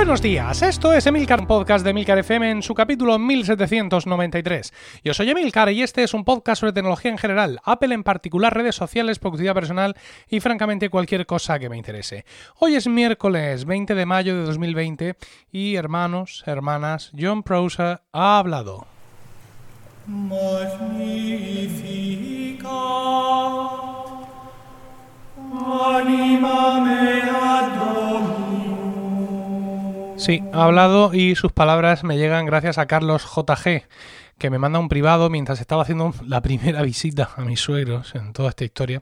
Buenos días, esto es Emilcar, un podcast de Emilcar FM en su capítulo 1793. Yo soy Emilcar y este es un podcast sobre tecnología en general, Apple en particular, redes sociales, productividad personal y francamente cualquier cosa que me interese. Hoy es miércoles 20 de mayo de 2020 y hermanos, hermanas, Jon Prosser ha hablado. Magnificat anima mea Domino. Sí, ha hablado y sus palabras me llegan gracias a Carlos JG, que me manda un privado mientras estaba haciendo la primera visita a mis suegros en toda esta historia.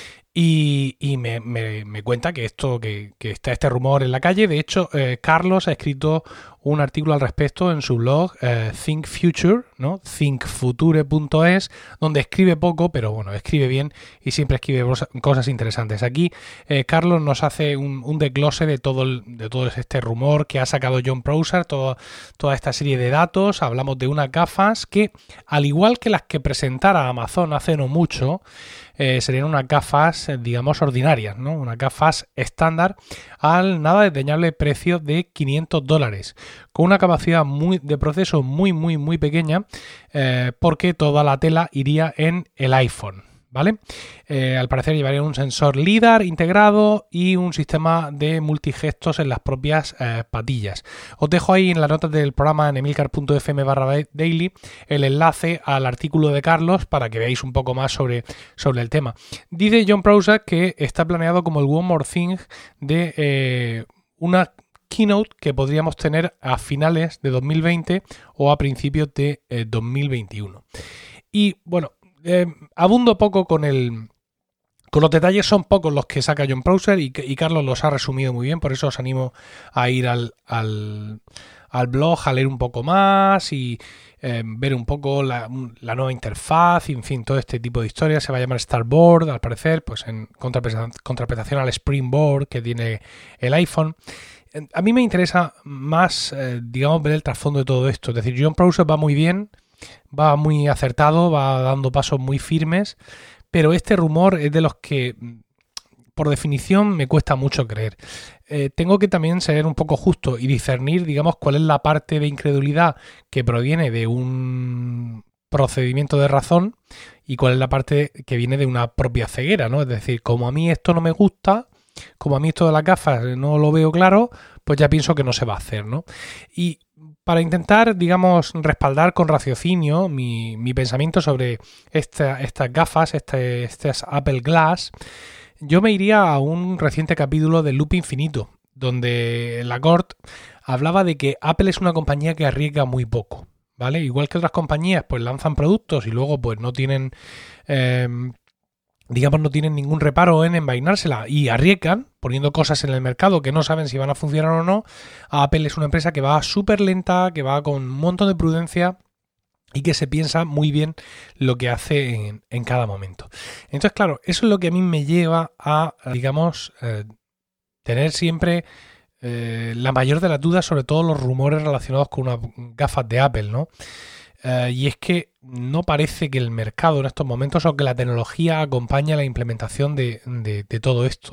Y me cuenta que está este rumor en la calle. De hecho, Carlos ha escrito un artículo al respecto en su blog Think Future, ¿no? thinkfuture.es, donde escribe poco, pero bueno, escribe bien y siempre escribe cosas interesantes. Aquí Carlos nos hace un desglose de todo este rumor que ha sacado Jon Prosser, toda esta serie de datos. Hablamos de unas gafas que, al igual que las que presentara Amazon hace no mucho, serían unas gafas, digamos, ordinarias, ¿no? Unas gafas estándar al nada desdeñable precio de $500, con una capacidad de proceso muy pequeña, porque toda la tela iría en el iPhone, ¿vale? Al parecer llevaría un sensor LiDAR integrado y un sistema de multigestos en las propias patillas. Os dejo ahí en las notas del programa en emilcar.fm/daily el enlace al artículo de Carlos para que veáis un poco más sobre el tema. Dice Jon Prosser que está planeado como el One More Thing de una keynote que podríamos tener a finales de 2020 o a principios de 2021. Y bueno, abundo poco con los detalles, son pocos los que saca Jon Prosser y Carlos los ha resumido muy bien, por eso os animo a ir al blog, a leer un poco más y ver un poco la nueva interfaz, y, en fin, todo este tipo de historias. Se va a llamar Starboard, al parecer, pues en contraprestación al Springboard que tiene el iPhone. A mí me interesa más, digamos, ver el trasfondo de todo esto. Es decir, Jon Prosser va muy bien, va muy acertado, va dando pasos muy firmes, pero este rumor es de los que, por definición, me cuesta mucho creer. Tengo que también ser un poco justo y discernir, digamos, cuál es la parte de incredulidad que proviene de un procedimiento de razón y cuál es la parte que viene de una propia ceguera, ¿no? Es decir, como a mí esto no me gusta, como a mí esto de las gafas no lo veo claro, pues ya pienso que no se va a hacer, ¿no? Y para intentar, digamos, respaldar con raciocinio mi pensamiento sobre estas gafas, estas Apple Glass, yo me iría a un reciente capítulo de Loop Infinito, donde Lacorte hablaba de que Apple es una compañía que arriesga muy poco, ¿vale? Igual que otras compañías, pues lanzan productos y luego pues no tienen, digamos, no tienen ningún reparo en envainársela y arriesgan poniendo cosas en el mercado que no saben si van a funcionar o no. Apple es una empresa que va súper lenta, que va con un montón de prudencia y que se piensa muy bien lo que hace en cada momento. Entonces, claro, eso es lo que a mí me lleva a, digamos, tener siempre la mayor de las dudas sobre todos los rumores relacionados con unas gafas de Apple, ¿no? Y es que no parece que el mercado en estos momentos o que la tecnología acompañe la implementación de todo esto.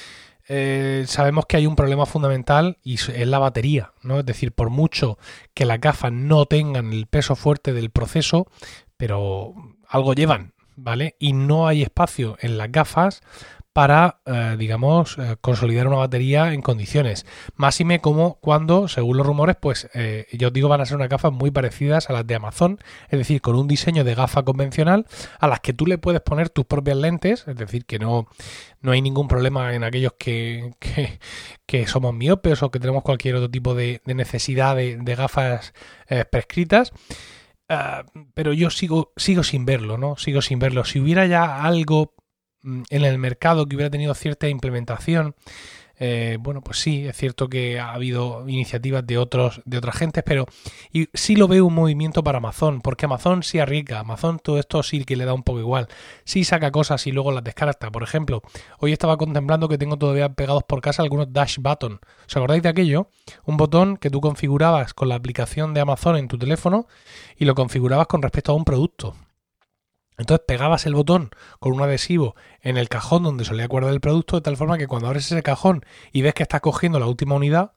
Sabemos que hay un problema fundamental y es la batería, ¿no? Es decir, por mucho que las gafas no tengan el peso fuerte del proceso, pero algo llevan, ¿vale? Y no hay espacio en las gafas para, digamos, consolidar una batería en condiciones. Máxime como cuando, según los rumores, pues yo os digo, van a ser unas gafas muy parecidas a las de Amazon, es decir, con un diseño de gafa convencional a las que tú le puedes poner tus propias lentes, es decir, que no hay ningún problema en aquellos que somos miopes o que tenemos cualquier otro tipo de necesidad de gafas prescritas. Pero yo sigo sin verlo, ¿no? Sigo sin verlo. Si hubiera ya algo en el mercado que hubiera tenido cierta implementación, bueno, pues sí, es cierto que ha habido iniciativas de otras gentes, pero sí lo veo un movimiento para Amazon, porque Amazon sí arriesga, Amazon todo esto sí que le da un poco igual, sí saca cosas y luego las descarta. Por ejemplo, hoy estaba contemplando que tengo todavía pegados por casa algunos Dash Button. ¿Os acordáis de aquello? Un botón que tú configurabas con la aplicación de Amazon en tu teléfono y lo configurabas con respecto a un producto. Entonces pegabas el botón con un adhesivo en el cajón donde solía guardar el producto, de tal forma que cuando abres ese cajón y ves que estás cogiendo la última unidad,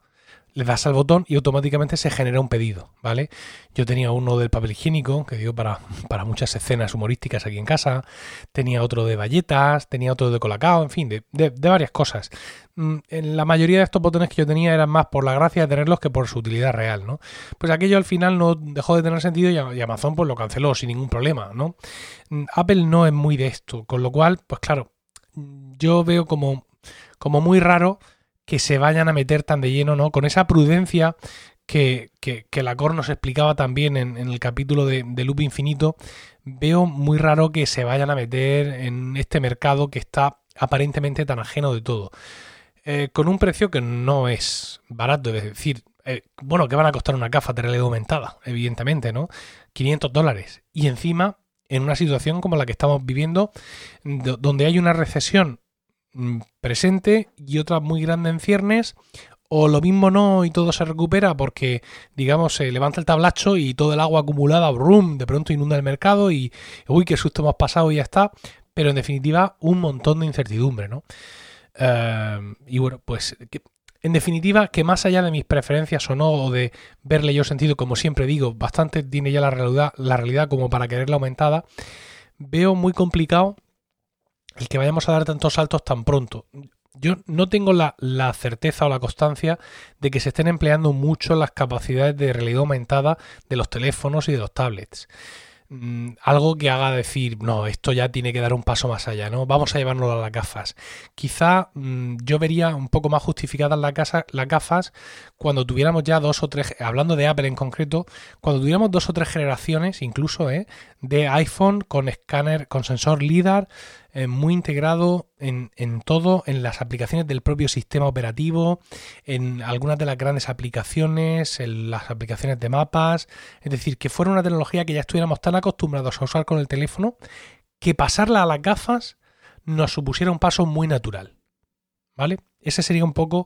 le das al botón y automáticamente se genera un pedido, ¿vale? Yo tenía uno del papel higiénico, que digo para muchas escenas humorísticas aquí en casa, tenía otro de bayetas, tenía otro de colacao, en fin, de varias cosas. En la mayoría de estos botones que yo tenía eran más por la gracia de tenerlos que por su utilidad real, ¿no? Pues aquello al final no dejó de tener sentido y Amazon pues lo canceló sin ningún problema, ¿no? Apple no es muy de esto, con lo cual, pues claro, yo veo como muy raro que se vayan a meter tan de lleno, ¿no? Con esa prudencia que Lacorre nos explicaba también en el capítulo de Loop Infinito, veo muy raro que se vayan a meter en este mercado que está aparentemente tan ajeno de todo. Con un precio que no es barato, es decir, bueno, que van a costar una gafas de realidad aumentada, evidentemente, ¿no? $500. Y encima, en una situación como la que estamos viviendo, donde hay una recesión presente y otra muy grande en ciernes, o lo mismo no y todo se recupera porque, digamos, se levanta el tablacho y todo el agua acumulada, brum, de pronto inunda el mercado y uy, qué susto hemos pasado y ya está, pero en definitiva un montón de incertidumbre, ¿no? Y bueno, pues en definitiva, que más allá de mis preferencias o no, o de verle yo sentido, como siempre digo, bastante tiene ya la realidad como para quererla aumentada, veo muy complicado el que vayamos a dar tantos saltos tan pronto. Yo no tengo la certeza o la constancia de que se estén empleando mucho las capacidades de realidad aumentada de los teléfonos y de los tablets. Algo que haga decir, no, esto ya tiene que dar un paso más allá, ¿no? Vamos a llevárnoslo a las gafas. Quizá yo vería un poco más justificadas las gafas cuando tuviéramos ya 2 o 3, hablando de Apple en concreto, cuando tuviéramos 2 o 3 generaciones incluso de iPhone con escáner, con sensor LiDAR, muy integrado en todo, en las aplicaciones del propio sistema operativo, en algunas de las grandes aplicaciones, en las aplicaciones de mapas, es decir, que fuera una tecnología que ya estuviéramos tan acostumbrados a usar con el teléfono que pasarla a las gafas nos supusiera un paso muy natural, ¿vale? Esa sería un poco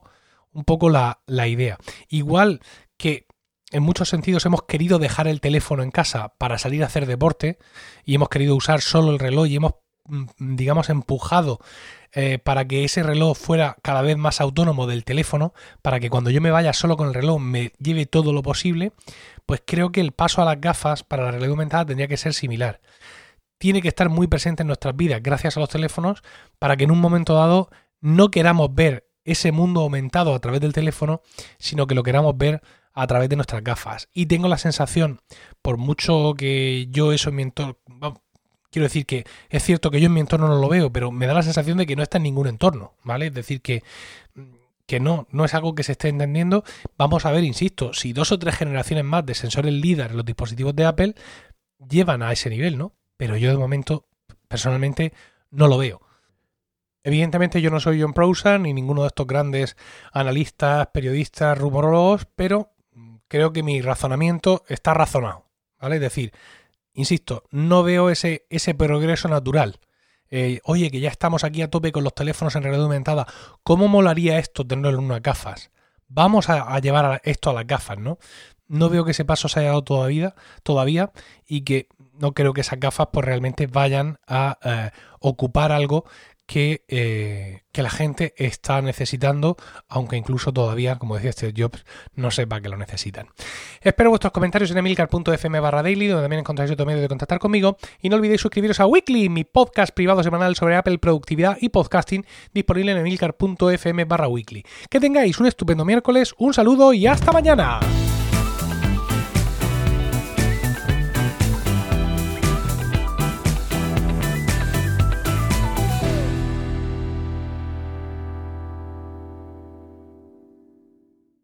la idea. Igual que en muchos sentidos hemos querido dejar el teléfono en casa para salir a hacer deporte y hemos querido usar solo el reloj y hemos, digamos, empujado para que ese reloj fuera cada vez más autónomo del teléfono, para que cuando yo me vaya solo con el reloj me lleve todo lo posible, pues creo que el paso a las gafas para la realidad aumentada tendría que ser similar. Tiene que estar muy presente en nuestras vidas gracias a los teléfonos para que en un momento dado no queramos ver ese mundo aumentado a través del teléfono, sino que lo queramos ver a través de nuestras gafas. Y tengo la sensación, por mucho que yo eso en mi entorno, quiero decir que es cierto que yo en mi entorno no lo veo, pero me da la sensación de que no está en ningún entorno, ¿vale? Es decir, que no es algo que se esté entendiendo. Vamos a ver, insisto, si 2 o 3 generaciones más de sensores LiDAR en los dispositivos de Apple llevan a ese nivel, ¿no? Pero yo de momento, personalmente, no lo veo. Evidentemente yo no soy John Prosser ni ninguno de estos grandes analistas, periodistas, rumorólogos, pero creo que mi razonamiento está razonado, ¿vale? Es decir, insisto, no veo ese progreso natural. Oye, que ya estamos aquí a tope con los teléfonos en realidad aumentada. ¿Cómo molaría esto tenerlo en unas gafas? Vamos a llevar esto a las gafas, ¿no? No veo que ese paso se haya dado todavía y que no creo que esas gafas pues realmente vayan a ocupar algo que la gente está necesitando, aunque incluso todavía, como decía Steve Jobs, no sepa que lo necesitan. Espero vuestros comentarios en emilcar.fm/daily, donde también encontráis otro medio de contactar conmigo, y no olvidéis suscribiros a Weekly, mi podcast privado semanal sobre Apple, productividad y podcasting, disponible en emilcar.fm/weekly. Que tengáis un estupendo miércoles, un saludo y hasta mañana.